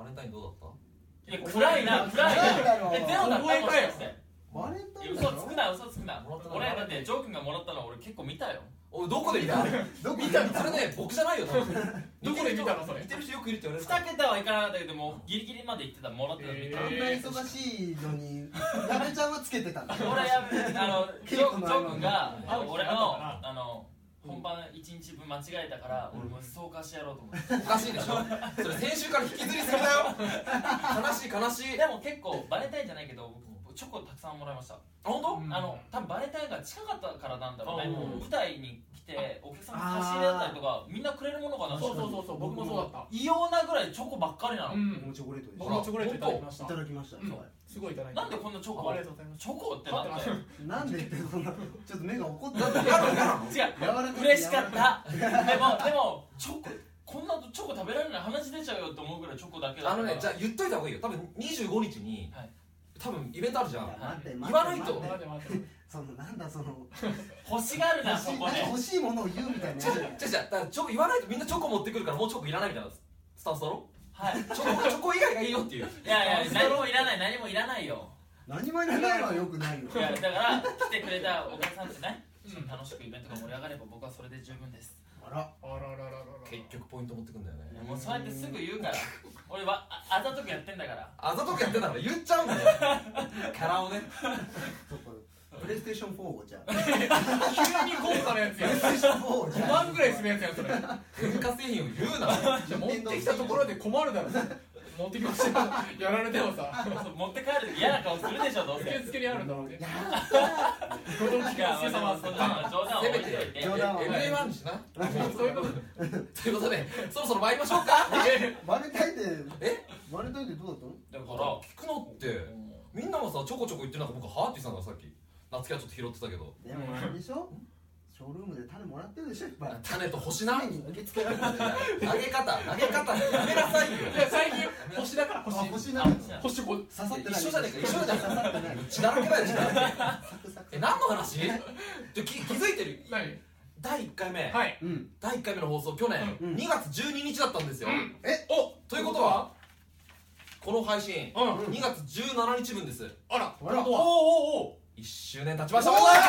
バレンタインどうだった？ いや暗いなゼロだったもしかしてバレンタイン嘘つくな俺だってジョー君がもらったの俺結構見たよ。 おいどこで見た？見たそれね僕じゃないよ多分。 どこで見たのそれ？ 見てる人よくいるって言われる。 2桁はいかなかったけどもギリギリまで行ってたもらってたの見た。 あんな忙しいのに矢部ちゃんはつけてたんだ。 俺ジョー君が俺の本番1日分間違えたから俺もストーカーしてやろうと思って。 おかしいでしょそれ先週から引きずりすぎだよ悲しい。 でも結構バレンタインじゃないけどチョコたくさんもらいました。 本当？ 多分バレンタインが近かったからなんだろうね。舞台に来てお客さんが差し入れだったりとかみんなくれるものかな。 そう僕もそうだった。 異様なぐらいチョコばっかりなの。 チョコレートで僕もチョコレートいただきました。 いただきました。 すごいいただいた。 なんでこんなチョコ？ ありがとうございます。 チョコってなんだよ。 なんでってそんなちょっと目が怒った。 違う嬉しかった。でもチョコこんなチョコ食べられない話出ちゃうよって思うぐらいチョコだけだから。 じゃあ言っといた方がいいよ。多分25日に多分イベントあるじゃん。 言わないと。 そのなんだその欲しがるなそこで。 欲しいものを言うみたいな。 だからチョコ言わないとみんなチョコ持ってくるからもうチョコいらないみたいなスタンスだろ。 はい。 チョコ以外がいいよっていう。 いや何もいらないよ。 何もいらないはよくないよ。 いやだから来てくれたお客さんってね楽しくイベントが盛り上がれば僕はそれで十分です。 あら結局ポイント持ってくんだよね。 もうそうやってすぐ言うから俺はあざとくやってんだから。 あざとくやってんだから言っちゃうんだよキャラをね。 プレイステーション4をじゃあ急に豪華なやつや。 プレイステーション4をじゃ 5万ぐらいするやつやそれ。 電化製品を言うな。 持ってきたところで困るだろ。持ってきましたやられてもさ持って帰ると嫌な顔するでしょどうせ。 受付にあるんだろうね。 ご存知か冗談を置いといて。 MA1 にしな。 そういうことということでそろそろ参りましょうか。 バレンタインってどうだったの？ だから聞くのってみんなもさちょこちょこ言ってなんか僕はって言ってたんださっき。夏希はちょっと拾ってたけど。 でもあれでしょ？ショールームで種もらってるでしょいっぱい。 種と星な。 に受け付けられてる。 投げ方やめなさいよ。 いや最近星だから星な。 星こう刺さってない。 一緒じゃねえか一緒じゃねえか。 刺さってない。 血だらけだよ血だらけ。 サクサク。 何の話？気づいてる？ 何？ 第1回目。 はい。 第1回目の放送去年2月12日だったんですよ。ということはこの配信2月17日分です。 あら。 お1周年経ちました。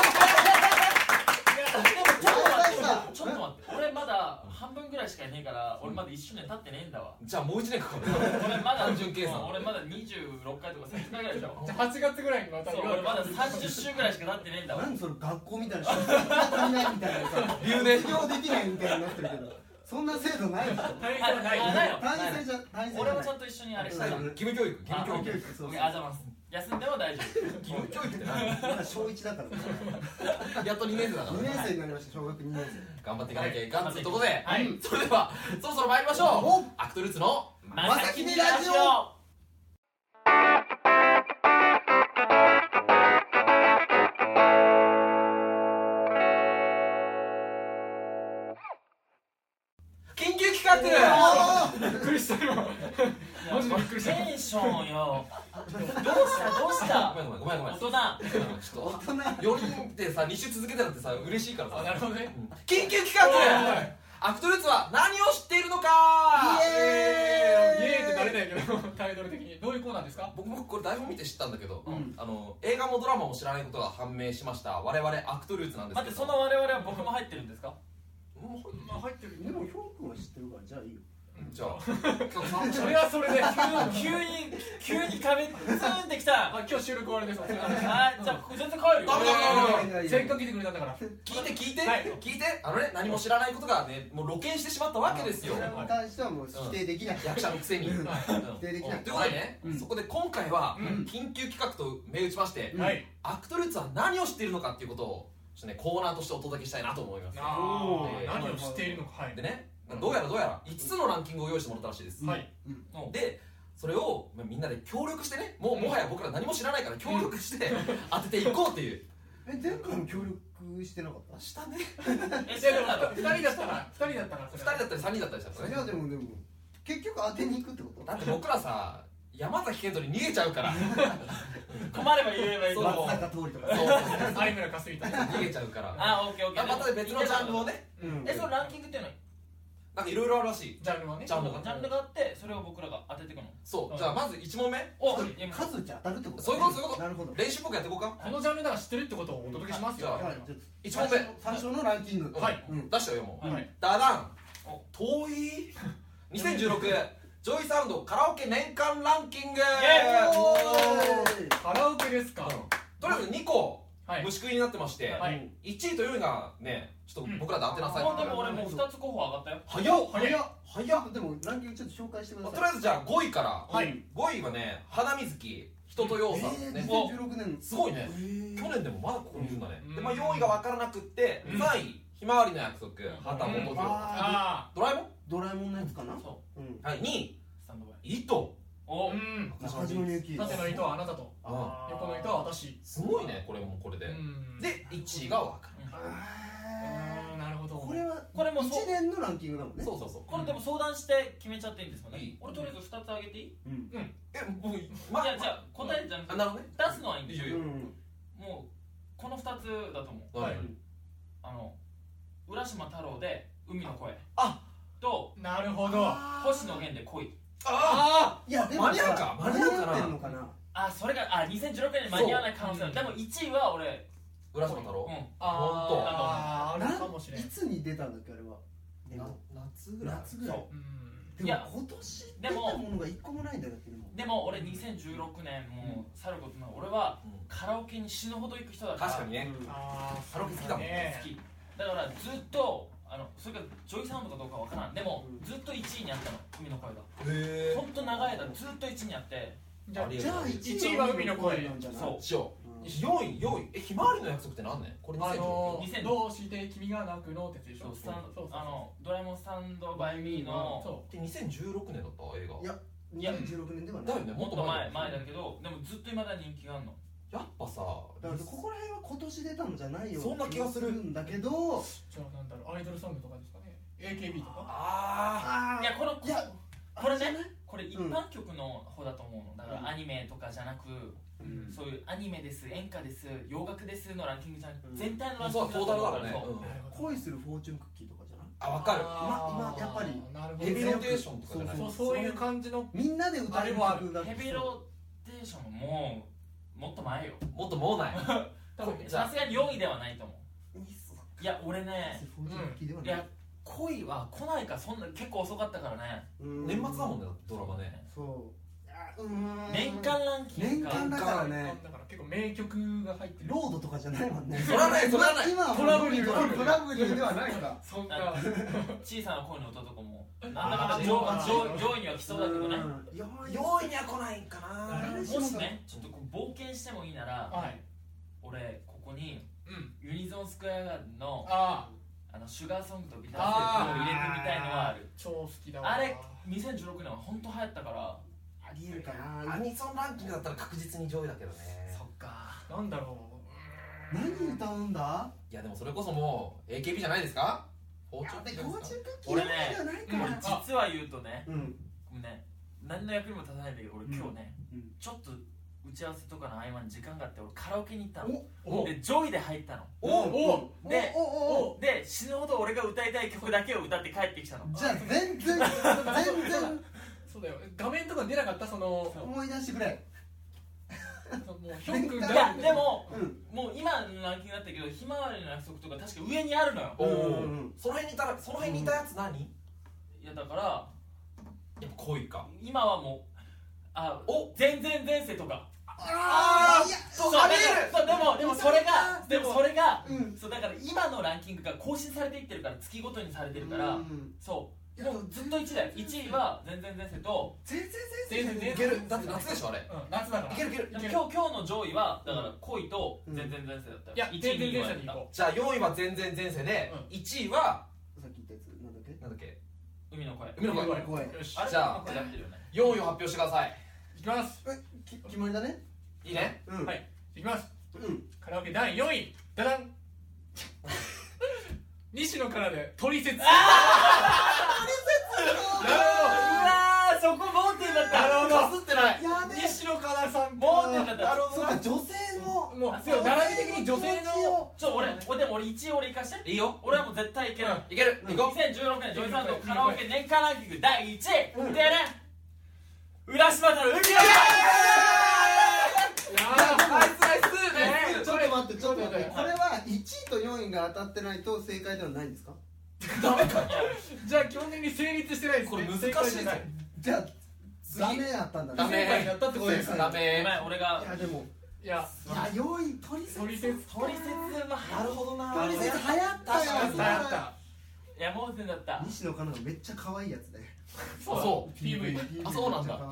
ちょっと待って俺まだ半分ぐらいしかいねえから俺まだ1周年経ってねえんだわ。 じゃあもう1年かかる。 俺まだ単純計算。 俺まだ26回とか30回ぐらいでしょ。 じゃあ8月ぐらいにまた俺まだ30週ぐらいしか経ってねえんだわ。 何それ学校みたいな人足りないみたいなさ留年授業できないみたいになってるけどそんな制度ないでしょ。 単位制はない。 ないよ。 単位制じゃ単位制じゃない。 俺もちゃんと一緒にあれしたい。 義務教育そうあざます。休んでも大丈夫。 義務教育って何？ 今小1だからやっと2年生だから 2年生になりました小学2年生。 頑張っていかなきゃいかんというところではいそれではそろそろ参りましょう。アクトルーツのまさきみラジオ。 緊急企画。 びっくりした今。マジでびっくりした。 テンションよ。どうしたごめん大人。 ちょっと4人でさ2週続けたらってさ嬉しいからさ。 なるほどね。 緊急企画。アクトルーツは何を知っているのか。 イエーイってなれないけどタイトル的にどういうコーナーですか？ 僕もこれ台本見て知ったんだけど映画もドラマも知らないことが判明しました我々アクトルーツなんですけど。 待ってその我々は僕も入ってるんですか？ まあ入ってる。 でもヒョウ君は知ってるからじゃあいいよ。 じゃあそれはそれで急に壁ズーンってきた。 今日収録終わりです。 じゃあ全然帰るよ。 せっかく来てくれたんだから。 聞いて何も知らないことがねもう露見してしまったわけですよ。 それに関してはもう否定できない。 役者のくせに。 否定できない。 ということでねそこで今回は緊急企画と銘打ちましてアクトルーツは何を知っているのかっていうことをちょっとねコーナーとしてお届けしたいなと思います。 何を知っているのか。 でねどうやら5つのランキングを用意してもらったらしいです。でそれをみんなで協力してねもはや僕ら何も知らないから協力して当てていこうっていう。 前回も協力してなかった？ したね。 2人だったら 2人だったり3人だったりしたらね。 いやでも結局当てに行くってこと？ だって僕らさ山崎賢人に逃げちゃうから困れば言えばいい。 そう松坂桃李とか有村架純とか逃げちゃうから。 あ、オッケー。 また別のジャンルをね。 そのランキングっていうのはなんかいろいろあるらしい。 ジャンルはね。 ジャンルがジャンルがあってそれを僕らが当てていくの。 そう、じゃあまず1問目。 お数打ち当たるってことそういうことそういうことなるほど。 練習っぽくやっていこうか。 このジャンルなら知ってるってことをお届けしますよ。 じゃあはい、 1問目最初のランキング。 はい出したよもう。 はい。 ダダン。遠い2016ジョイサウンドカラオケ年間ランキング。 おーい。 カラオケですか。 とりあえず2個はい。 虫食いになってまして、 はい 1位と4位がねちょっと僕らで当てなさい。 もうでも俺もう2つ候補上がったよ。 早っ早っ。 早っ。 でもランキングちょっと紹介してください。 とりあえずじゃあ5位からはい。 5位はね花水木人とようさんね。 2016年。 すごいね。 去去年でもまだここにいるんだね。 うんでまあ4位が分からなくって3位ひまわりの約束畑本博。 ああドラえもん。 ドラえもんのやつかな。 そうん。 はい2位スタンドバイ。 糸。 おあ。うん。 中島みゆき。 縦の糸はあなたと。 あ横の糸は私。 すごいねこれもこれで。 うん。 で1位が分かる。 なるほど。 これはこれもそう 1年のランキングだもんね。 そうそうそう。 これでも相談して決めちゃっていいんですもんね。 いい俺とりあえず2つあげていい？ うん。 僕じゃあ答えじゃなくてなるほどね。 出すのはいいんですよ。 いいよもうこの2つだと思う。 はい。 浦島太郎で海の声あとなるほど。 星野源で恋。 あいやでも間に合うか間に合うかな間に合ってんのかな。 あ、それが2016年に間に合わない可能性ある。でも1位は俺、 あ浦島太郎。 あー、あるかもしれん。 いつに出たんだっけあれは。でも夏ぐらい。 夏ぐらい。 うん。 でもいや今年出たものが1個もないんだよだってでも。 でも俺2016年もうさることながら俺はカラオケに死ぬほど行く人だから確かにね。 あー、 カラオケ好きだもんね。 好きだからずっとそれがジョイサウンドかどうかわからん。でもずっと1位にあったの、海の声が。 へほんと長い間ずっと1位にあって。 じゃあ、 じゃあ 1位は海の声なんじゃない。 そうしよう。4位ひまわりの約束って何年？これ2016。 2000 どうして君が泣くのってやつでしょ。 そうそうドラえもんスタンドバイミーのそで2016年だった映画。 いや2016年ではない。 だよね。 もっと前だけど、でもずっと未だに人気があるの。 やっぱさ。 だからここら辺は今年出たのじゃないよ。 そんな気がするんだけど。 う。じゃあなんだろう、アイドルソングとかですかね。AKB とか。 あいやこれね、これ一うん般曲の方だと思うの。だからアニメとかじゃなく、 うんそういうアニメです、演歌です、洋楽ですのランキングじゃなくうん全体のラあ。 ンキングそうトータルだからね。 そうなるほど。 恋するフォーチュンクッキーとかじゃない。 あ分かる。 今やっぱりなるほど。 ヘビーローテーションとかじゃない。 そういう感じの。 みんなで歌える曲がヘビーローテーションももっと前よ。 もっともうない。 多分さすがに4位ではないと思う。いや俺ね、 フォーチュンクッキーではいないや。恋は来ないか、そんな結構遅かったからね。 年末だもんねドラマね。 そう年間ランキングか。 年間だからね。 だから結構名曲が入ってる。 ロードとかじゃないもんね。 そらないそらない。 今はトラブルトラブルではないか。 そんな。 小さな恋の歌とかもなんだかんだ上位には来そうだけどね。 4位には来ないんかな。 もしね、ちょっとこう冒険してもいいなら、 はい。 俺ここにうん。 ユニゾンスクエアガーデンのあシュガーソングとビターステップを入れてみたいのはある。 超好きだわ。 あれ2016年は本当流行ったから。 ありえるかな。 アニソンランキングだったら確実に上位だけどね。 そっか。 なんだろう。 何歌うんだ。 いやでもそれこそもう AKB じゃないですか。フォーチュンでクッキーですか。 俺ねじゃないか俺ら。 実は言うとね、 うん。 ね、何の役にも立たないんだけど、俺今日ね、 うんちょっと打ち合わせとかの合間に時間があって俺カラオケに行ったの。 おで上位で入ったの。 おでおで死ぬほど俺が歌いたい曲だけを歌って帰ってきたの。 じゃあ全然そうだよ。画面とか出なかったその思い出してくれ。 もうヒョン君いが。 やでもうん。 もう今のランキングだったけどひまわりの約束とか確か上にあるのよ。 おおうん。 その辺にいたやつ何？ いやだからやっぱ恋か。 今はもうお全然前世とか。 ああいやそうありえる。 そうでもそれがうん。 そうだから今のランキングが更新されていってるから月ごとにされてるから、そうもうずっと1だよ。1位は全然前世と全全然いける。だって夏でしょあれ。 うん、夏だから。 いけるいける。 今日の上位はだから恋と全然前世だったよ。 いや、 1 全然位に前世に行こじゃあ4位は全然前世でうん 1位はさっき言ったやつなんだっけ。 なんだっけ？ 海の声。 う。 海の声。 声よし。 あれじゃあやってるよね。 4位を発表してください。 いきます。 決まりだね。 いいね。 うん。 はい。いきます。 うん。 カラオケ第4位。ダダン。西野からでトリセツ。 うわーそこ盲点だった。 なるほど。 かすってない。 やべえ。 西野からさん。 盲点だった。 そうか女性のもう並び的に女性のでも俺1位俺行かしていいよ俺はもう絶対いけるいける行こう 2016年ジョイサンドカラオケ年間ランキング第1位でね浦島太郎海ナイスナイスちょっと待ってちょっと待ってこれは1位と4位が当たってないと正解ではないんですか？ ダメかじゃあ基本的に成立してないですね。 これ難しい正解じゃない。 じゃあダメやったんだね。 ダメ正解だったってことですか？ ダメ俺がいやでもいや 4位トリセツトリセツトリセツのなるほどなトリセツ流行ったよ。 確かに山本だった西野カナがめっちゃ可愛いやつで。 そう PV あそうなんだ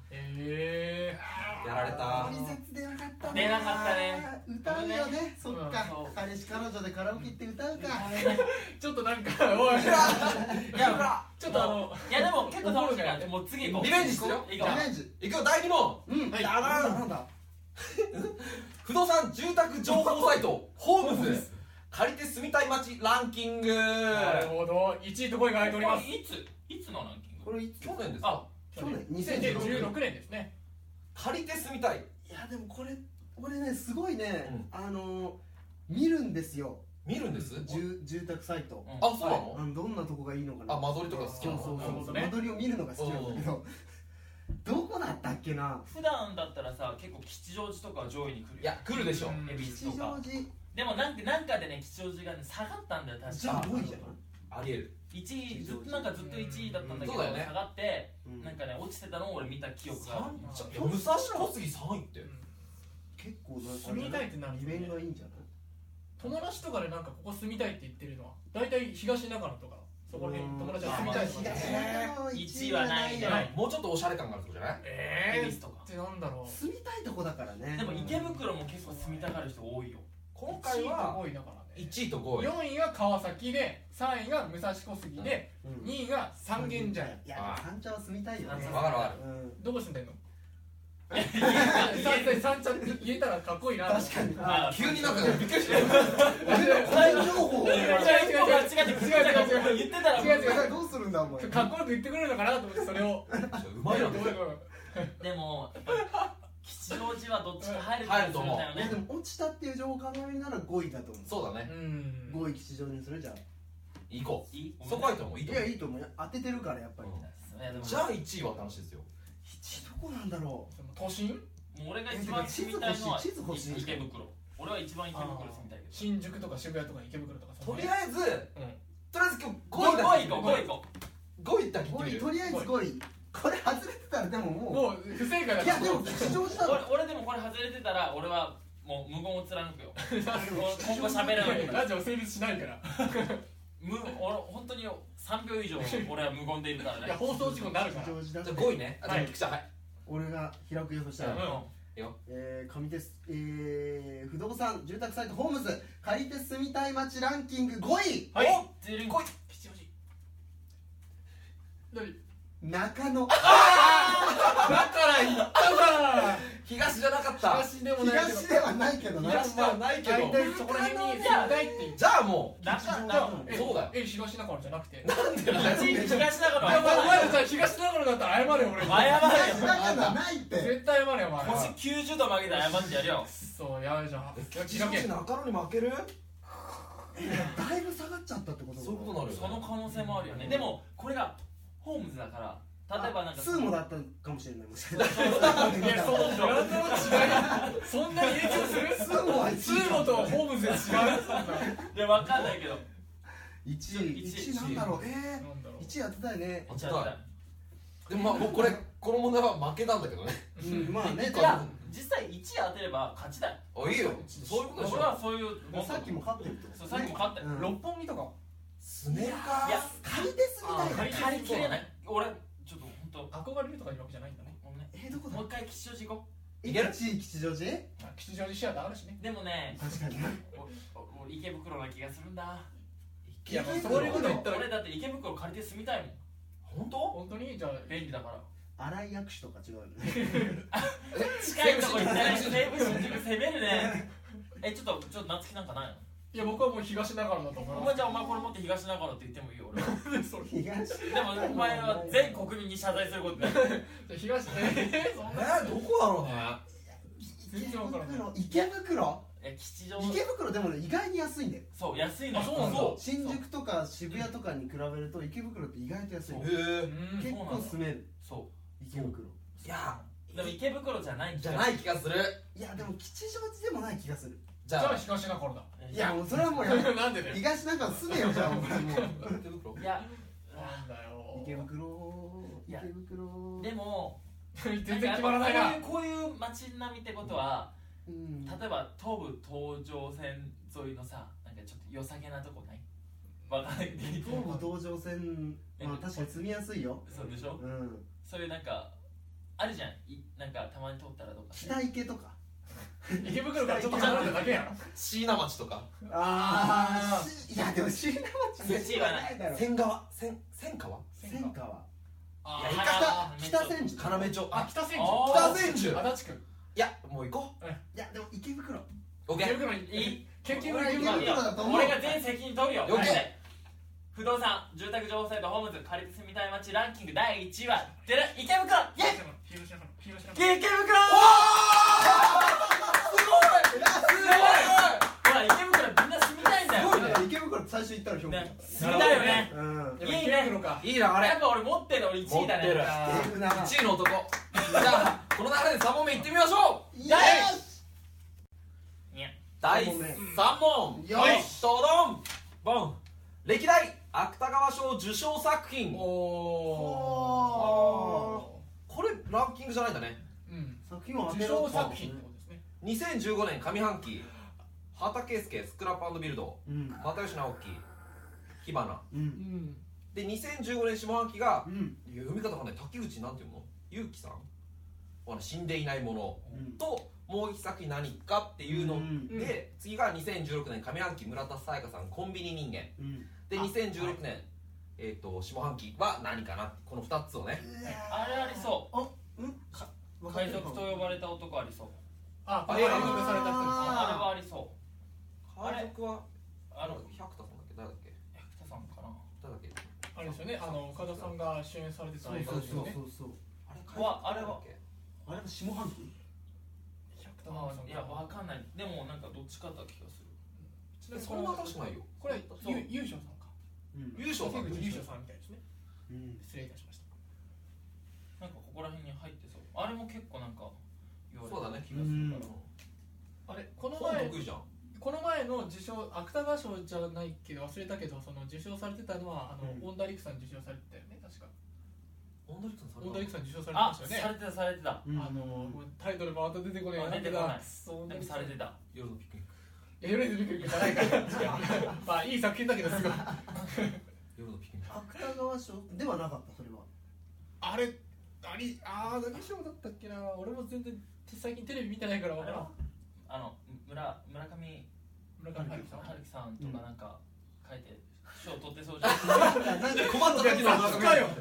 やられたトリセツ出なかったね。 出なかったね歌うよね。そっかそう。 彼氏彼女でカラオケ行って歌うか。 ちょっとなんかおいいやちょっといやでも結構楽しいからもう次行こうリベンジするよ行こリベンジ。 行くよ第2問うん。 はいなんだ。 不動産住宅情報サイトホームズ借りて住みたい街ランキングなるほど1位と5位が入っております。 いつのランキングこれいつ？ 去年ですか去年 2016年ですね。 借りて住みたいいやでもこれ俺ねすごいね見るんですよ。 見るんです住宅サイト。 あそうなのどんなとこがいいのかな。 あ間取りとか好きなのそうなるほどね間取りを見るのが好きなんだけど。どこだったっけな。 普段だったらさ結構吉祥寺とか上位に来るよいや来るでしょうん恵比寿吉とか祥寺。 でもなんかでね吉祥寺がね下がったんだよ確じゃあか 5位じゃない。 ありえる 1位ずっとなんかずっと1位だったんだけどそうだよね下がってうんなんかね落ちてたのを俺見た記憶がある武蔵小杉3位って結構なんか住みたいってなる利便がいいんじゃない。 友達とかでなんかここ住みたいって言ってるのは大体東中野とかそこら辺友達が住みたいとか東中野 1位はないよないもうちょっとおしゃれ感があるってことじゃない恵比寿とかってなんだろう。 住みたいとこだからね。 でも池袋も結構住みたがる人多いよ今回は 1位と5位だからね。 1位と5位 4位が川崎で3位が武蔵小杉でうん 2位が三軒茶屋。 いや三茶は住みたいよね。 三茶わかるわかるうんどこ住んでんの？三茶って言えたらかっこいいな。 確かに。 あ急になんかびっくりした個人情報を違う言ってたら違う違うどうするんだお前。 かっこよく言ってくれるのかなと思ってそれを。 うまいなごめんごめんでもやっぱ吉祥寺はどっちか入る入ると思うんだよねいやでも落ちたっていう情報考えるなら5位だと思う。 そうだねうん 5位吉祥にするじゃん。 行こいいうそこはいいと思ういいいと思うやいいと思うよ。当ててるからやっぱり。 いやでもじゃあ1位は楽しいですよ 1位どこなんだろ都心もう俺が一番住みたいのは地図欲しい池袋俺は一番池袋住みたいけど新宿とか渋谷とか池袋とかとりあえずうんとりあえず今日 5 5位だけ位行こう5位行こ 5位だけう。5位言ってみるとりあえず5位。これ外れてたらでもももう不正解だう。いやでも吉祥寺だろ。 俺でもこれ外れてたら俺はもう無言を貫くよ今後喋らないラジオ成立しないから俺本当に3秒以上俺は無言でいるからねいや放送事故になるから吉祥寺だじゃあ5位ねじゃあ菊ちゃんはい俺が開くよそしたら。 よ上手不動産住宅サイトホームズ借りて住みたい街ランキング5位。 はいゼリン来い吉祥寺中野。 だから言ったから東じゃなかった東でもないけど東ではないけどな。 東ではないけど大体そこら辺に住みたいって言ってじゃあも中吉祥野寺そうだよ東中野じゃなくてうなんでだよ東だからいやお前らさ東中野だったら謝れよ俺に謝れよ東だからないって。 絶対謝れよお前腰90度曲げて謝ってやるよそうやべじゃん吉祥寺中野に負けるだいぶ下がっちゃったってこと。 そういうことになるよその可能性もあるよねでもこれがホームズだから例えばなんかスーモだったかもしれない。もしかしたいやそうブランドの違いそんなに影響するスーモはスーモとホームズで違うそんなで分かんないけど 1位なんだろう。 なんだろう 1位当てたいね。 違ったでもまあもうこの問題は負けなんだけどねうんまあね。 いや実際1位当てれば勝ちだよあいいよそういうことでし俺ょはそういうさっきも勝ってるってそうさっきも勝ったようん六本木とかスネーカいや借りて住みたいな。 借りきれない俺ちょっと本当憧れるとかいうわけじゃないんだねごめんねどこだもう一回吉祥寺行こいける 1位吉祥寺。 吉祥寺シアターあるしねうでもね確かに。 俺池袋な気がするんだいや池袋そういうこと言ったら俺だって池袋借りて住みたいもん本当本当にじゃあ便利だから新井薬師とか違うよね。 近いとこ行ってない西武新宿攻めるねちょっと夏希なんかないのいや僕はもう東中野だと思いまお前じゃあお前これ持って東中野って言ってもいいよ俺はすそれ東。 でもお前は全国民に謝罪することだよ東そんなどこだろうね全然わからない池袋吉祥池袋でもね意外に安いんだよ。 そう安いのよ。 そうなんだそう新宿とか渋谷とかに比べると池袋って意外と安いの。 へえ結構住めるそ池袋。 いやうでも池袋じゃないじゃない気がする。 いやでも吉祥寺でもない気がする。 じゃあじゃあ東中野だいやもうそれはもうやめなんでだよ東なんか住めよじゃあお前もう池袋いやなんだよ池袋いや池袋でも全然決まらないなこういう街並みってことは、 うん例えば東武東上線沿いのさなんかちょっと良さげなとこないわかんないけど東武東上線まあ確かに住みやすいよ。 そうでしょうんそういうなんかあるじゃんなんかたまに通ったらとか北池とか池袋からちょっと離れただけやろ椎名町とかああいやでも椎名町そっちはないだろ。 千川千川千川あいや北千住要町あ北千住あ北千住足立区いやもう行こいやでも池袋う。オッケー。 池袋にいい結局俺池袋池袋だと思う。 俺が全責任取るよよけ不動産住宅情報サイトホームズ借りて住みたい街ランキング第1位は池袋イエイ広島池袋すごいほら池袋みんな住みたいんだよすごいね池袋最初行ったら評価ね住みたいよねうんいい池袋かいいなあれやっぱ俺持ってる俺1位だね持ってるえぐな 1位の男。じゃあこの流れで3問目いってみましょう。 イエいや第3問よしドドンボン歴代芥川賞受賞作品。 おおこれランキングじゃないんだね。 うん作品を当受てろ賞作品ってことですね 2015年上半期畑圭介スクラップビルドうん又吉直樹火花ううんんで2015年下半期がうん読み方わかんない滝口なんていうの結城さん死んでいないものうんともう一作品何かっていうのうんで次が2016年上半期村田沙耶香さんコンビニ人間うんで2016年下半期は何かなこの2つをねあれありそううん海賊と呼ばれた男ありそうあこあれが録画された人ですねあれはありそう海賊はあの百田さんだっけ誰だっけ百田さんかな誰だっけあれですよね岡田さんが主演されてた映画そうですよねそうそうそうあれあれはあれは下半期百田直樹さんいやわかんないでもなんかどっちかだ気がするちなみにそれは確かないよこれそう優勝さんかうん優勝さん竹口優勝さんみたいですねうん失礼いたしましたなんかここら辺に入ってそうあれも結構なんか言われてそうだね気がするからあれこの本前得意じゃんの受賞芥川賞じゃないけど忘れたけどその受賞されてたのは恩田陸さん受賞されてたよね確か恩田陸さん恩田陸さん受賞されてまあしたよねされてたされてたタイトルもまた出てこないあ出てこないくそでもされてた夜のピクニックいやヨレズビクリクじゃないからまあいい作品だけどすごい夜のピクニック芥川賞ではなかったそれはあれ何賞だったっけな俺も全然最近テレビ見てないから分からん村村上春樹さん春樹さんとかなんか書いて賞取ってそうじゃんなんで困った時のさすがよ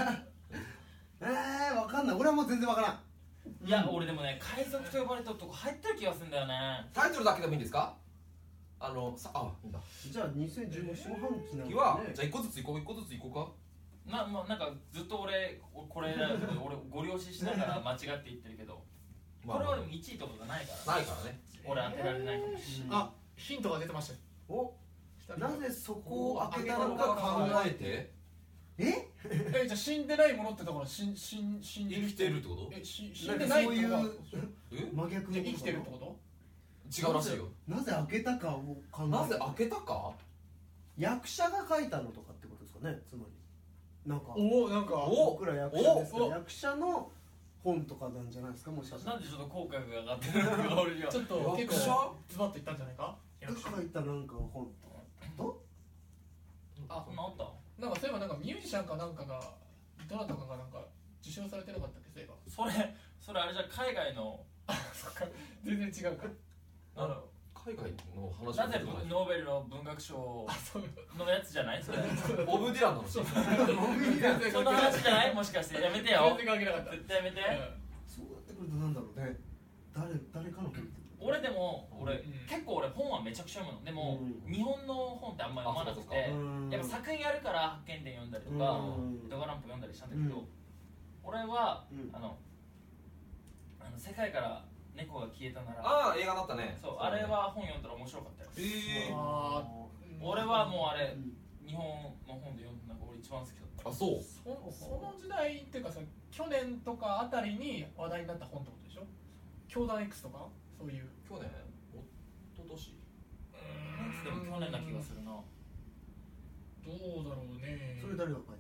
わかんない俺はもう全然わからんいや俺でもね海賊と呼ばれたとこ入ってる気がするんだよねタイトルだけでもいいんですかいいんだじゃあ2015下半期なん次はだねじゃあ一個ずつ行こうかなんかずっと俺これ俺ご了承しながら間違って言ってるけどこれはでも1位とかがないからないからね俺当てられないかもしれないあヒントが出てましたよおなぜそこを開けたなのかのか考考えてえじゃあ死んでないものってところ死んで生きてるってこと死んでないってことはえ真逆のじゃあ生きてるってこと違うらしいよなぜ開けたかを考えなぜ開けたか役者が書いたのとかってことですかねつまりなんかおおなんか僕ら役者ですからお役者の本とかなんじゃないですかもしかしたらなんでちょっと口角が上がってるのか俺にはちょっと結役者構ズバッといったんじゃないかが書いたなんかの本とあそんなあったなんかそういえばなんかミュージシャンかなんかがどなたかがなんか受賞されてなかったっけそういえばそれあれじゃ海外のそっか全然違うか海外の話なぜノーベルの文学賞のやつじゃないそれボブ・ディランの話全然その話じゃないもしかしてやめてよ全然関係なかった絶対やめてそうやってくるとなんだろうね誰かの本って俺でもうん結構俺本はめちゃくちゃ読むのでもうん日本の本ってあんまり読まなくてうんやっぱ作品やるから発見伝読んだりとかドガランプ読んだりしたんだけどうん俺はうん世界から猫が消えたならああ映画だったね。 そうあれは本読んだら面白かったよ。俺あはもうあれ日本の本で読んだのが俺一番好きだった。 あそう。 その時代っていうかさ、去年とかあたりに話題になった本ってことでしょ。教団 X とかそういう。 去年おととしでも去年な気がするな。 どうだろうね。 それ誰が書い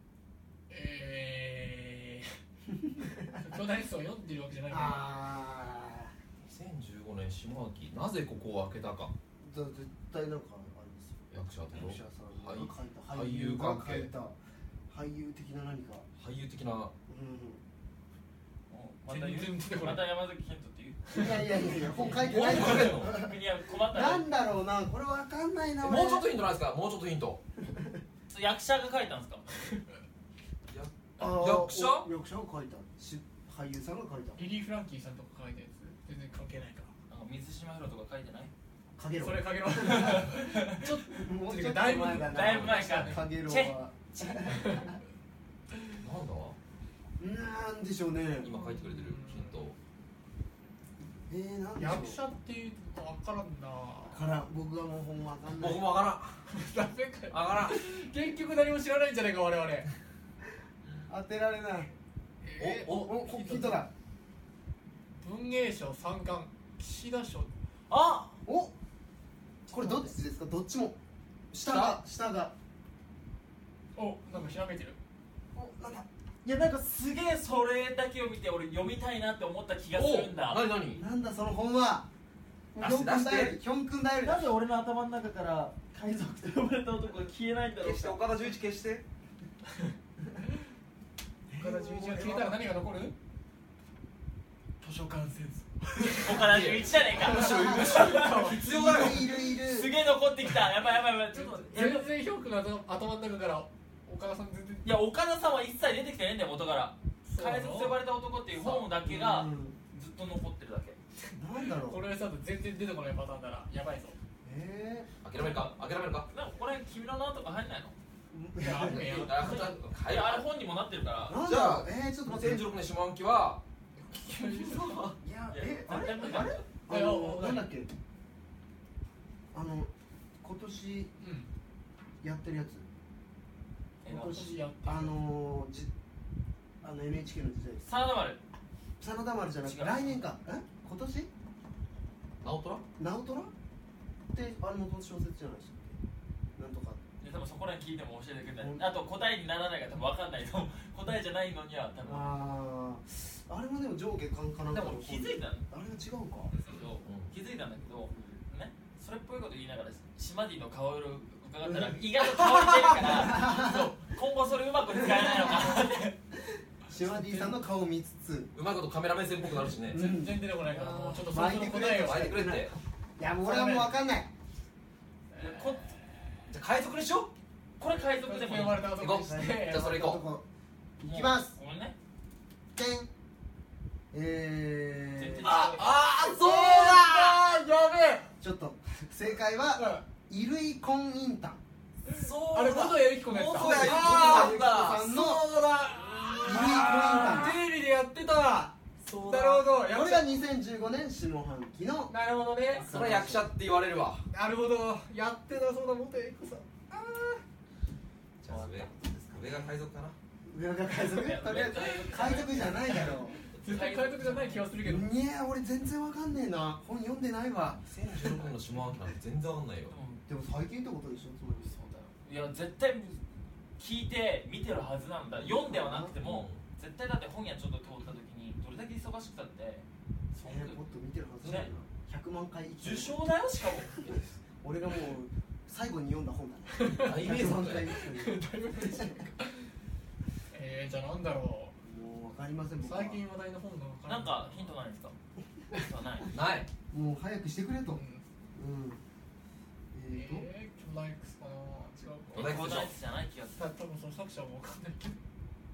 教団 X を読んでるわけじゃないたから。 あ 2015年下半期なぜここを開けたか。 絶対なんかありますよ。 役者と役者さんが書いた、 俳優関係が書いた俳優的な何か、 俳優的な。 また全然出てこない。 また山崎賢人っていう。 いや本書いてもうない。 ちょっとヒンいや困ったなんだろうな、これわかんないな。 トもうちょっとヒントないですか。もうちょっとヒント。 役者が書いたんですか。 役者役者が書いた俳優さんが書いた。 リリー・フランキーさんとか書いたやつ全然関係ないから。 なんか水島ヒロとか書いてない？ かげろそれかけろ。ちょっともうちょっとだいぶ前だな。 だいぶ前かかげろチェはなんだ。 なんでしょうね。 今書いてくれてるヒント。 なんでしょう。 役者っていうと分からんな。 から僕がもうほんまわかんない。 僕もわからん。 ダメかよ。 わからん。 結局何も知らないんじゃないか我々。 当てられない。おヒントだ。 文芸賞3冠、岸田賞。 あおこれどっちですか。どっちも下がお、なんかひらめいてる。 おなんだ。 いやなんかすげえそれだけを見て俺読みたいなって思った気がするんだ。 なになに。 なんだその本は。ヒョン君だよりヒョン君だよりだ。 なんで俺の頭の中から海賊と呼ばれた男が消えないんだろうか。 岡田准一消して。 岡田准一が消えたら何が残る？図書館戦争。 岡田准一じゃねえか。 むしろ必要だよ。 いるすげえ残ってきた。やばいちょっと全然ヒョン君の頭の中から岡田さん全然。 いや岡田さんは一切出てきてないんだよ元から。 そうなの海賊と呼ばれた男っていう本だけがずっと残ってるだけ。 なんだろう。 これさ全然出てこないパターンならやばいぞ。 諦めるか。諦めるか。 なんかこれ君の名とか入んないの？ いやあるねや。 いやあれ本にもなってるから。 なんじゃあちょっと待って。 2016年下半期は。 いやあれ絶対無理だよ。 なんだっけ。今年やってるやつ。今年やってる。 NHK の時代です。 真田丸。 真田丸じゃなくて違う来年か。今年？ 直虎。 直虎？ってあれも小説じゃないでしたっけ？なんとか。 いや多分そこら辺聞いても教えてくれない。あと答えにならないから多分分かんないと思う。答えじゃないのには多分。 あれもでも上下関かなんかの。 でも気づいたの。 あれが違うか。 気づいたんだけどね、それっぽいこと言いながら島ディの顔色伺ったら意外と顔似てるからそう今後それうまく使えないのかなって島 D さんの顔を見つつうまいことカメラ目線っぽくなるしね。 全然出てこないからもうちょっと巻いてくれ答えを巻いてくれって。 いやもう俺はもう分かんない。 じゃあ海賊にしよこれ海賊でもいい。 呼ばれた男にしてじゃあそれ行こう。いきます。 ごめんね。 てん。 全然違う。 そうだ。 やべえ。 ちょっと正解は衣類コンインタン。 そうあれ元谷由紀子のやつだ。 元谷由紀子さんのそうだ。 衣類コンインタン。 テレビでやってた。なるほど。 これが2015年下半期の。 なるほどね。 それは役者って言われるわ。 なるほど。やってたそうだ元谷由紀子さん。 じゃあ上が海賊かな。 上が海賊？とりあえず海賊じゃないだろう。 絶対海賊じゃない気がするけど。 いや俺全然わかんねえな。本読んでないわ。 2016年の下半期なんて全然わかんないよ。 でも最近ってことでしょつまり。 そうだよ。いや絶対聞いて見てるはずなんだ。読んではなくても絶対だって本屋ちょっと通った時にどれだけ忙しくたってもっと見てるはずだよな。100万回受賞だよしかも。 俺がもう最後に読んだ本だね。 大名作だよ。 じゃあなんだろう。 もうわかりません僕は。 最近話題の本が分からなんかヒントないですか？ない。 ない。 もう早くしてくれと。 うん巨大 X かな。違うか。 巨大 X 巨大 X じゃない気がする。 多分その作者も分かんないけど。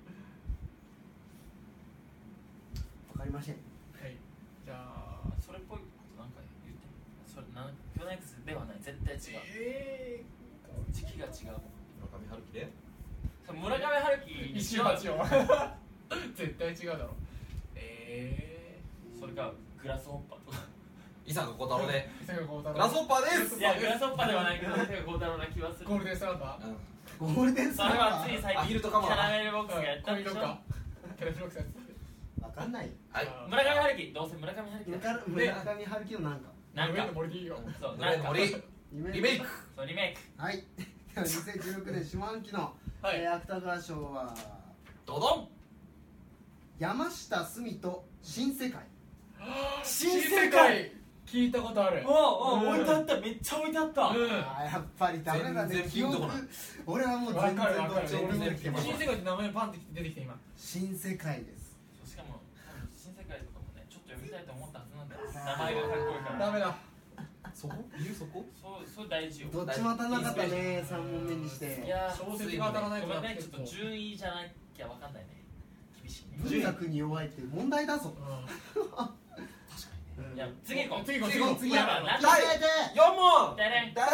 わかりません。 はい。じゃあそれっぽいことなんか言ってみる。それ巨大 X ではない。絶対違う。時期が違う。 村上春樹で。 村上春樹一周八を絶対違うだろ。 それかググラスホッパーとか伊坂幸太郎で伊坂幸太郎グラスホッパーですいやグラスホッパーではないけど伊坂幸太郎な気はするゴールデンスランダーゴールデンスそれはつい最アヒ近キルとかもャラメルボックスがやったんでしょ恋のかキャラメルボックスやつわかんないはい村上春樹どうせ村上春樹だ村上春樹のなんかなんか上の森でいいよそうヌレの森リメイクそうリメイクはい2016年下半期のはい芥川賞はドドン山下澄と新世界新世界聞いたことある置いてあっためっちゃ置いてあったあーやっぱりダメだね全然ピンとこない俺はもう全然わかるわかるどっち俺もできてます新世界って名前パンって出てきて今新世界ですしかも新世界とかもねちょっと読みたいと思ったはずなんだよ名前がかっこいいからダメだそこ言うそこそう大事よどっちも当たらなかったね3問目にしていや小説が当たらないとごめんねちょっと順位じゃなきゃわかんないね厳しいね文学に弱いって問題だぞいや次行こう次行こう次やばいなんだ第 4問でねダダ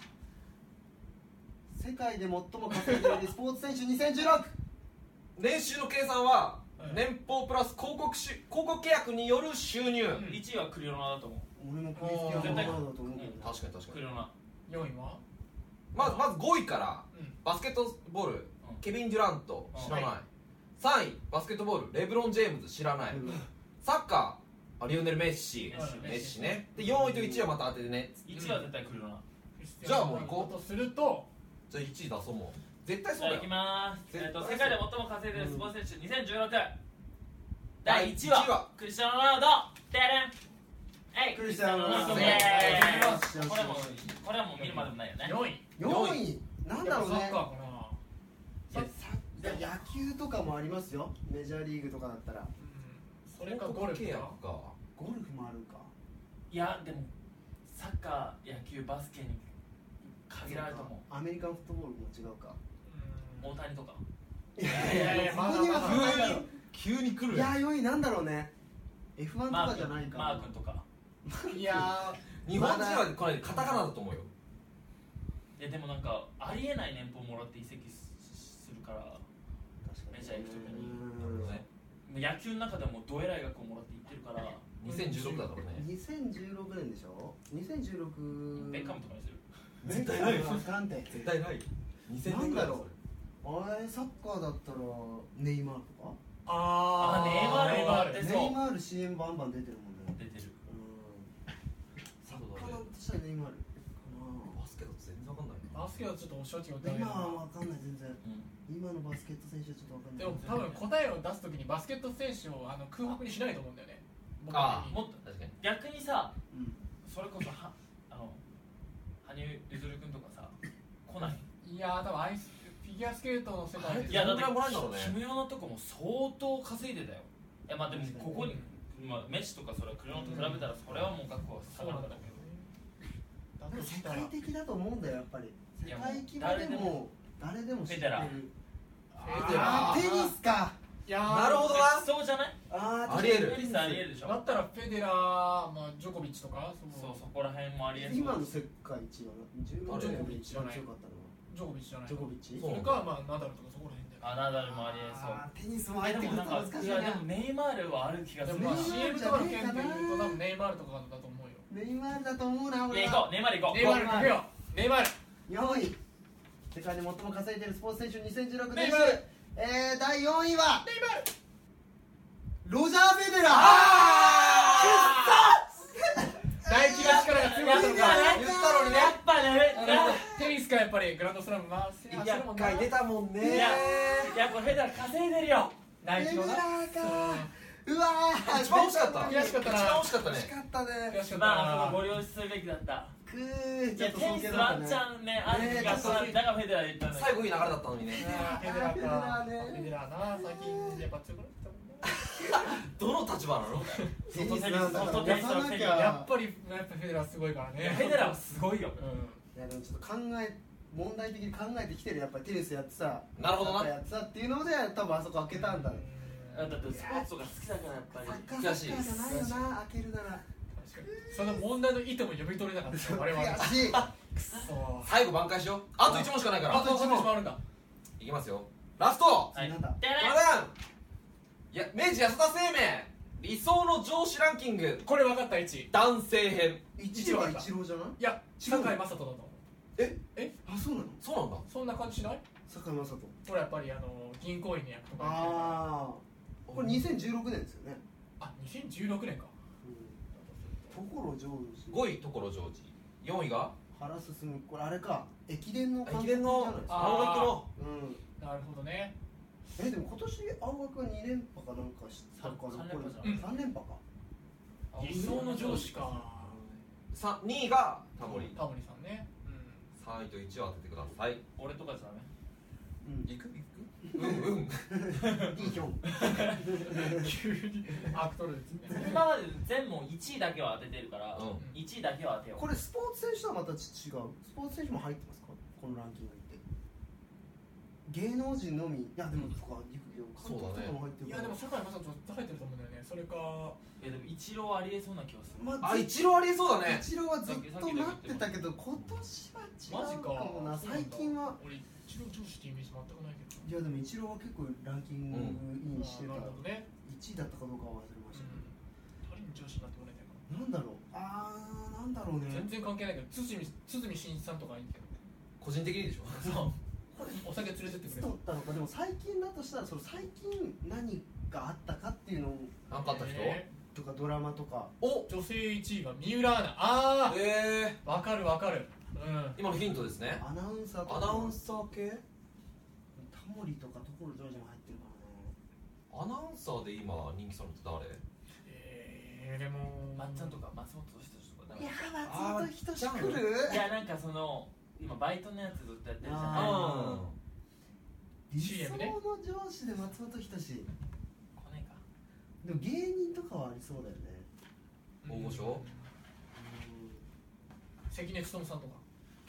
世界で最も稼いでいるスポーツ選手2016 ン年収の計算ははい年俸プラス広告契約による収入 1位はクリロナだと思う俺もクリスティアーノ・ロナウドだと思うけどな確かに確かにクリロナ 4位はまず5位からうんバスケットボールうんケビン・デュラント知らないは 3位バスケットボールレブロン・ジェームズ知らないサッカーリオネル・メッシメッシねで4位と1位はまた当ててね 1位は絶対クリロナじゃあもう行こうとするとじゃあ1位出そうもう絶対じそうだよゃあ行きまーす絶対世界で最も稼いでいるスポーツ選手2016 第第1 1 位は位はクリスチャーノ・ロナウドでれんはいクリスティアーノ・ロナウドイエーイよしよしこれはもう見るまでもないよね 4位 4位なんだろうねサッカーかな野球とかもありますよメジャーリーグとかだったらそれかゴルフ契約かかゴルフもあるかいやでもサッカー野球バスケに限られると思うアメリカンフットボールも違うか大谷とかいやいやここにはまだまだ急に来るいや4位なんだろうね F1 とマかじゃないかー君とかいや日本人はこれカタカナだと思うよいやでもなんかありえない年俸もらって移籍するからメジャー行くときに野球の中でもどえらい額をもらって行ってるから 2016だからね 2016年でしょ2016 ベッカムとかにする絶対ないわかんて絶対ない2000年ぐらいだそれあれサッカーだったらネイマールとかあネイマールもあってそうネイマール CM バンバン出てるもんね出てるサッカーだとしたらネイマールバスケだと全然わかんないバスケはちょっとお正直今は分かんない全然今のバスケット選手はちょっと分かんないでも多分答えを出すときにバスケット選手を空白にしないと思うんだよね僕あ的にもっと確かに逆にさうんそれこそ羽生結弦君とかさ来ないいやー多分フィギュアスケートの世界でいやだってどんぐらいもらえんだろうねキムヨナとかも相当稼いでたよいやまあでもここに、まあ、メッシとかそれはクリロナと比べたらそれはもう額は下がるんだけどだと世したら界的だと思うんだよやっぱりいや世界規模でも誰でも知ってるフェデラあーテニスかいやなるほどなそうじゃないあありえるテニスありえるでしょだったらフェデラー、まあ、ジョコビッチとかそうそこら辺もありえそう今の世界一は16年で一番強かったのはジョコビッチじゃないジョコビッチそうそれか、まあ、ナダルとかそこら辺だよあナダルもありえそうあーテニスも入ってくるとでもなんかいや難しいなでもネイマールはある気がするなでもまあネイマール CM とかの件で言うと多分ネイマールとかだと思うよネイマールだと思うな俺いや行こうネイマール行こうネイマール行くよネイマール 4位世界で最も稼いでいるスポーツ選手2016年ネイマール第4位はネイマールロジャー・フェデラー大気が力が強かったのか言ったのにねやっぱねテニスかやっぱりグランドスラム回せ一回出たもんねいやこれフェデラー稼いでるよ大気のなフェデラーかうわー一番惜しかった悔しかったな一番惜しかったね惜しかったね悔しかったまあなご了承するべきだったくーいちょっとやテニスワンチャンねある気がするだからフェデラーで言ったんだけ最後いい流れだったのにねフェデラーかフェデラーねフェデラーな最近やっぱ強くなってきたもんねどの立場なのテニスなんだからテニスの押さなきゃやっぱりフェデラーすごいからねフェデラーはすごいよういやでもちょっと問題的に考えてきてるやっぱりテニスやってさなるほどなやってたっていうので多分あそこ開けたんだんだってスポーツとか好きだからやっぱり悔しいサッカーじゃないよな開けるなら確かにその問題の意図も読み取れなかった我々 悔しいくそ最後挽回しようあと1問しかないからあと1問あるんだいきますよラストはいなんだでね 7段いや明治安田生命理想の上司ランキングこれ分かった1位。 男性編。 1位はイチローじゃない？ いや堺雅人だと思う。 あ、そうなの？ そうなんだ。 そんな感じしない？ 堺雅人。 これやっぱり銀行員の役とかやってるから。 ああ、これ2016年ですよね。 あ、2016年か。 所ジョージ。 5位所ジョージ、4位が原進、これあれか、駅伝の監督駅伝のじゃないですか。 青学のなるほどね。 でも今年青学は2連覇かなんかしたか 3連覇じゃない 3連覇か。 理想の上司か。 2位がタモリ、 タモリさんね。 3位と1位を当ててください。 俺とかじゃダメ。 いくうんいいヒョン。 急にアクトルですね。 今まで全問1位だけは当ててるからうん 1位だけは当てよう。 これスポーツ選手とはまた違う。スポーツ選手も入ってますか、このランキングって。芸能人のみ。いやでもとか監督とかも入ってるから。 いやでも堺雅人絶対入ってると思うんだよね。それかでもイチローありえそうな気がする。 あ、イチローありえそうだね。 イチローはずっと待ってたけど今年は違うかもな。最近は。 俺イチロー上司ってイメージ全くないけど。 いやでもイチローは結構ランキングインしてた。 なるほどね。 1位だったかどうかは忘れましたけど。 誰に上司になってもらいたいかな。 なんだろう。なんだろうね。 全然関係ないけど堤真一さんとかいいけどね。 個人的にでしょ。 そうお酒連れてってくれる。 取ったのか。でも最近だとしたら最近何があったかっていうのなんかあった人、 とかドラマとか。 お女性1位が三浦アナ。ああわかるわかる。 今のヒントですね。 アナウンサーとか。 アナウンサー系、 タモリとか所ジョージも入ってるからね。 アナウンサーで今人気さんって誰？ でもまっちゃんとか松本人志とかいやダメ。 松本人志来る。 いやなんかその今バイトのやつずっとやってるじゃない。 あ理 CM ね想の上司で松本人志。 来ねえか。 でも芸人とかはありそうだよね。 大御所、 関根勤さんとか。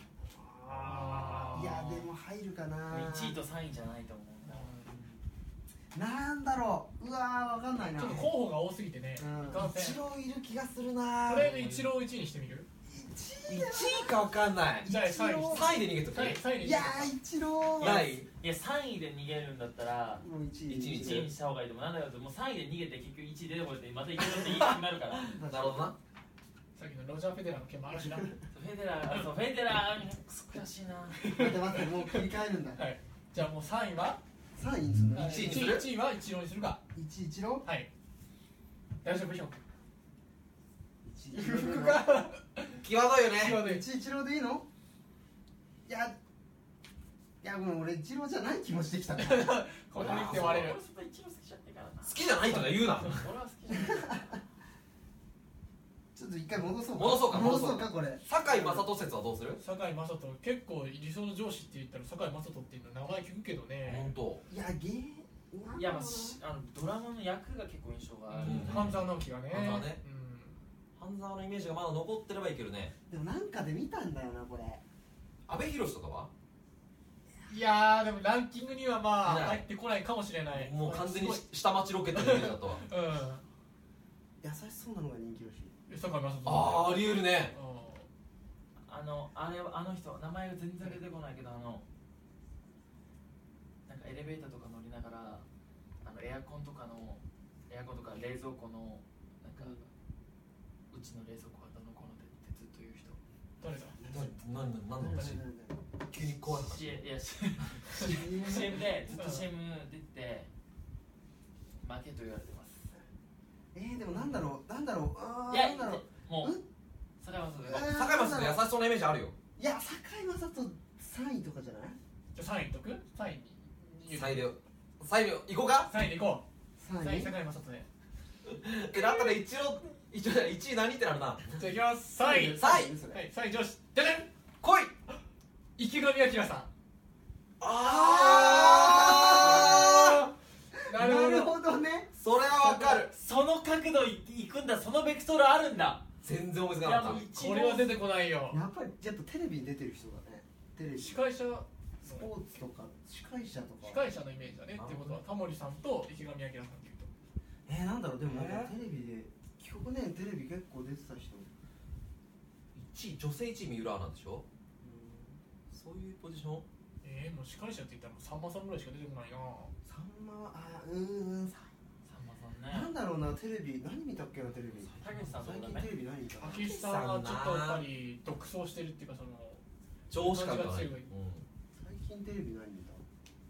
いやでも入るかな。 1位と3位じゃないと思うんだ。 なんだろう。うわーわかんないな。 ちょっと候補が多すぎてね。いかんせんイチローいる気がするな。 とりあえずイチロー1位にしてみる。 1 1位かわかんない。 じゃあ3位。 3位で逃げとく。 3位でいやーイチロー。 ない。 いや3位で逃げるんだったらもう1位。 一位 1位にした方がいいと思う。なんだよもう3位で逃げて結局1位出てこれてまたいけるって言いたくなるから。 なるほどな。 さっきのロジャー・フェデラーの件もあるしな。 フェデラー悔しいな。 待ってもう切り替えるんだ。 はい。じゃあもう3位は 3位にするの。 1位にする。 1位はイチローにするか。 1位イチロはい。大丈夫でしょうか。 ー。1位イチローでいいの。 際どいよね。 際どい。 1位イチローでいいの。いやもう俺イチローじゃない気もしてきたから。 ここに来て割れる俺。そんな一番好きじゃねえからな。 好きじゃないとか言うな。 俺は好きじゃない。 ちょっと一回戻そう戻そうかこれ。 堺雅人説はどうする？ 堺雅人結構理想の上司って言ったら堺雅人っていうの名前聞くけどね。 本当。 いやいやまあドラマの役が結構印象がある。 半沢直樹がね。 半沢ね。半沢のイメージがまだ残ってればいけるね。 でもなんかで見たんだよなこれ。 阿部寛とかは？ いやーでもランキングにはまあない入ってこないかもしれない。 もう完全に下町ロケットのイメージだったわ。 優しそうなのが人気らしい。 堺雅人。 ああ、ありえるね。 あの人名前が全然出てこないけどなんかエレベーターとか乗りながらエアコンとか冷蔵庫のなんかうちの冷蔵庫はどのこうのでってずっと言う人。 誰だ。 何の話？急に怖い話。 いや CM でずっと CM 出て負けと言われてます。 でもなんだろう。 いやもう堺雅人で堺雅人優しそうなイメージあるよ。 いや堺雅人3位とかじゃない。 じゃあ3位いっとく。3位に 3位で行こうか。 3位でいこう。 3 3位位。 堺雅人で。 だったら一位何ってなるな。 じゃあいきます。3位。 3位はい3位上司。じゃじゃん。 来い。 池上彰さん。 なるほどね。 それはわかる。 その角度行くんだ。そのベクトルあるんだ。 全然思いつかなかっこれは出てこないよ。 やっぱりテレビに出てる人だね。テレビ。 司会者スポーツとか司会者とか。 司会者のイメージだね。ってことはタモリさんと池上彰さんっていうと。 なんだろう。でもなんかテレビで去年テレビ結構出てた人。 た。1位女性1位三浦なんでしょ。そういうポジション。 もう司会者って言ったらさんまさんぐらいしか出てこないな。 さんまはさんまさんなんだろうな、テレビ何見たっけな、テレビたけしさんとか最近テレビ何見たたけしさんはちょっとやっぱり独走してるっていうか、その常識感がない。 感じが強い最近テレビ何見た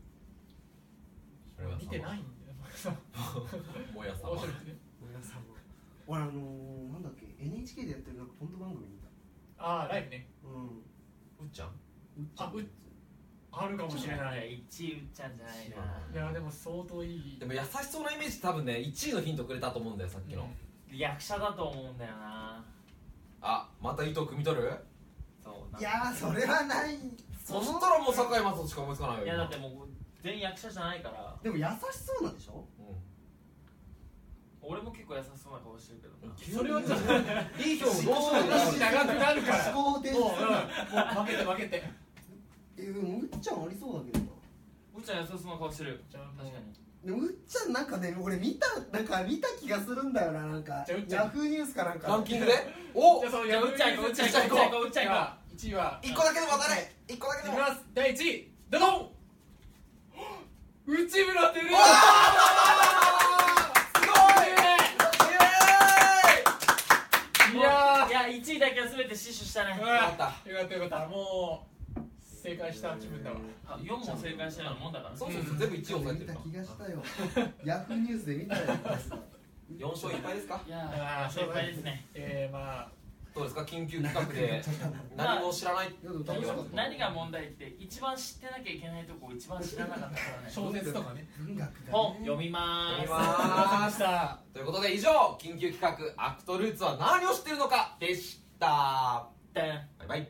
見てないんだよもやさん面白いね。 俺なんだっけ NHK でやってるなんかコント番組見た。 ああライブね。 うっちゃんあるかもしれない。 1位うっちゃんじゃないな。 いやでも相当いい。 でも優しそうなイメージ、多分ね1位のヒントくれたと思うんだよ、さっきの。 役者だと思うんだよな。 あ、また糸汲み取る。 そういやーそれはない。 そしたらもう堺雅人しか思いつかないよ。 いやだってもう全員役者じゃないから。 でも優しそうなんでしょ。 俺も結構優しそうな顔してるけどな。 それはちょっといい表現どうしよう話長くなるから思考停止もう負けて負けて。 うっちゃんありそうだけどな。 うっちゃん優しそうな顔してる。 じゃあ確かに。 でもうっちゃんなんかね、俺見た気がするんだよな、なんかじゃあうっちゃんヤフーニュースかなんかランキングでおじゃあそのじゃあうっちゃん行こう、うっちゃん行こう、うっちゃん行こう。 1位は 1個だけでも当たれ。1個だけでも。 いきます。第1位ドドン内村照之。いやいや1位だけは全て死守したね。 ー、 よかったよかったよかった。もう正解した気分だわ。 あ4問正解したようなもんだから。 そうそうそう、全部1位押さえてるか見た気がしたよ。ヤフーニュースで見たよ。 ら。4勝1敗ですか。 いやー正解ですね。 まあどうですか、緊急企画で何も知らない。 楽しかった。 何が問題って一番知ってなきゃいけないとこを一番知らなかったからね。 小説とかね。 文学がね本読みまーす。 読みまーす。 したということで以上、緊急企画アクトルーツは何を知ってるのかでした。 でんバイバイ。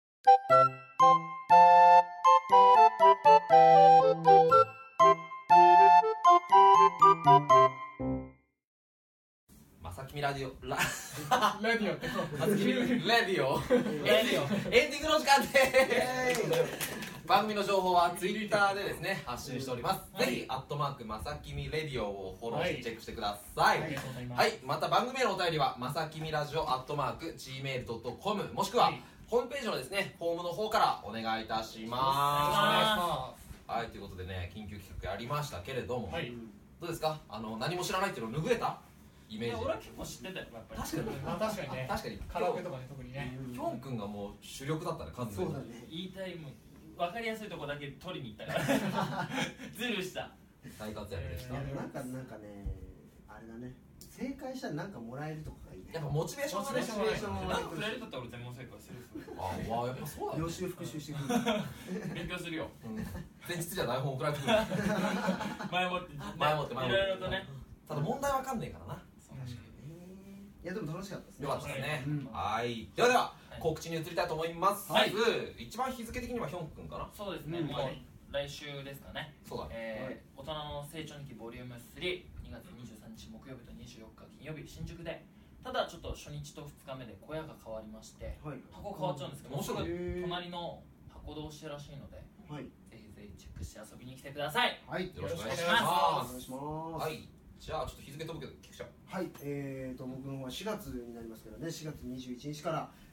まさきみラジオラディオってまさきみレディオレディオエンディングの時間です番組の情報はツイッターでですね発信しております、 はいぜひアットマークまさきみレディオをフォローしてチェックしてください、 ありがとうございます。 はい、また番組へのお便りはまさきみラジオアットマーク Gmail.com もしくは、 はいホームページのですねフォームの方からお願いいたしお願いしまますはい、ということでね緊急企画やりましたけれども、 はいどうですか何も知らないっていうのを拭えたイメージ。 俺は結構知ってたよやっぱり。 確かにまあ確かにね。 確かにカラオケとかね特にね。 ヒョン君がもう主力だったね完全に。 そうだね。 言いたいもん分かりやすいとこだけ取りに行ったからズルした。 大活躍でした、 いやなんかね、あれだね。正解したらなんかもらえるとかがいいね。 やっぱモチベーションがねモチベーションなんかくれるとったら俺全問正解する。 あわあやっぱそうだね予習復習してくる。 勉強するよ。 前日じゃ台本送られてくる前もって前もって前もっていろいろとね。 ただ問題わかんねえからな。 いやでも楽しかったですね。 よかったですね、 うんはいではでは、 い告知に移りたいと思います、 はいまず一番日付的にはヒョン君かな。 そうですね。 うんもう来週ですかね。 そうだね、 大人の成長日記ボリューム3、2月23日木曜日と24日金曜日新宿で。ただちょっと初日と2日目で小屋が変わりましてはい。 箱変わっちゃうんですけど、 面白い隣の箱同士らしいのではい。 ぜひぜひチェックして遊びに来てください。 はい。 よろしくお願いしよろしくおまお願いします。 はいじゃあちょっと日付飛ぶけど聞くちゃう。 はい、僕の方は4月になりますけどね、4月21日から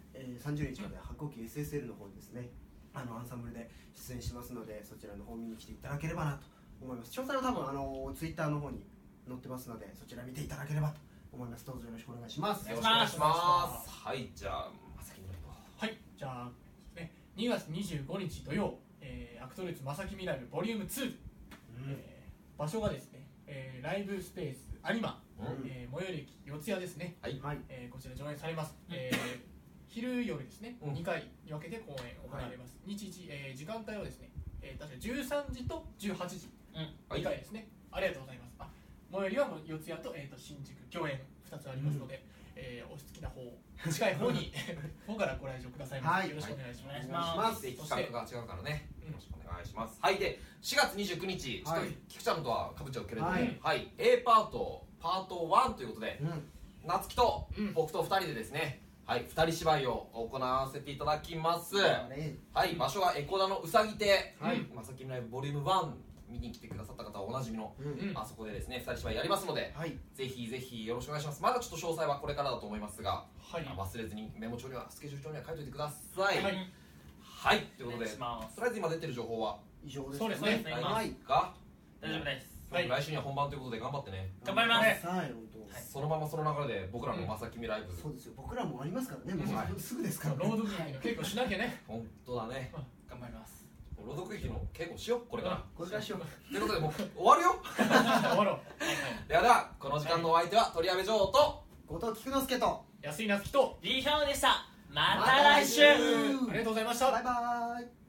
、30日まで発行機 SSL の方にですね、アンサンブルで出演しますので、そちらの方見に来ていただければなと思います。詳細は多分ツイッターの方に載ってますので、そちら見ていただければと思います。どうぞよろしくお願いします。 よろしくお願いしますはいじゃあまさきみのはい、じゃあ、ね、2月25日土曜、アクトルーツまさき未来部ボリューム2、場所がですね、ライブスペース有馬、最寄り駅四谷ですね、 はいはい。 こちら上演されます、昼夜ですね、2回に分けて公演行われます、日時、時間帯はですね、確か13時と18時、2回ですね、ありがとうございます。最寄りはもう四谷と、新宿共演2つありますので、お好きな方近い方に方からご来場くださいませ、 はいよろしくお願いします、 お願いします企画が違うからねよろしくお願いしますはいで4月29日ちょっと菊ちゃんとはかぶっちゃうけれどもはい A パートパート1ということでうん。 夏希と僕と2人でですねはい2人芝居を行わせていただきますはい場所は江古田のうさぎ亭まさきみライブボリューム1見に来てくださった方はおなじみのうん。 あそこでですね2人芝居やりますのではい。 ぜひぜひよろしくお願いしますまだちょっと詳細はこれからだと思いますがはい忘れずにメモ帳にはスケジュール帳には書いといてくださいはいはいということでお願いします。 とりあえず今出てる情報は以上です。 そうですねないはい。 ですか大丈夫です。 はい来週には本番ということで頑張ってね。 頑張ります。 はい、本当。 そのままその流れで僕らのまさきみライブ、 そうですよ。僕らもありますからね。もはいうすぐですからね。 朗読劇の稽古しなきゃね。 本当だね。 頑張ります。 朗読劇の稽古しようこれから。 これからしよう。 ということでもう終わるよ。 終わろう。 ではこの時間のお相手は鳥矢部女王と後藤菊之助と。 安井夏樹とリーヒョンでした。また来週。 ありがとうございました。 バイバイ。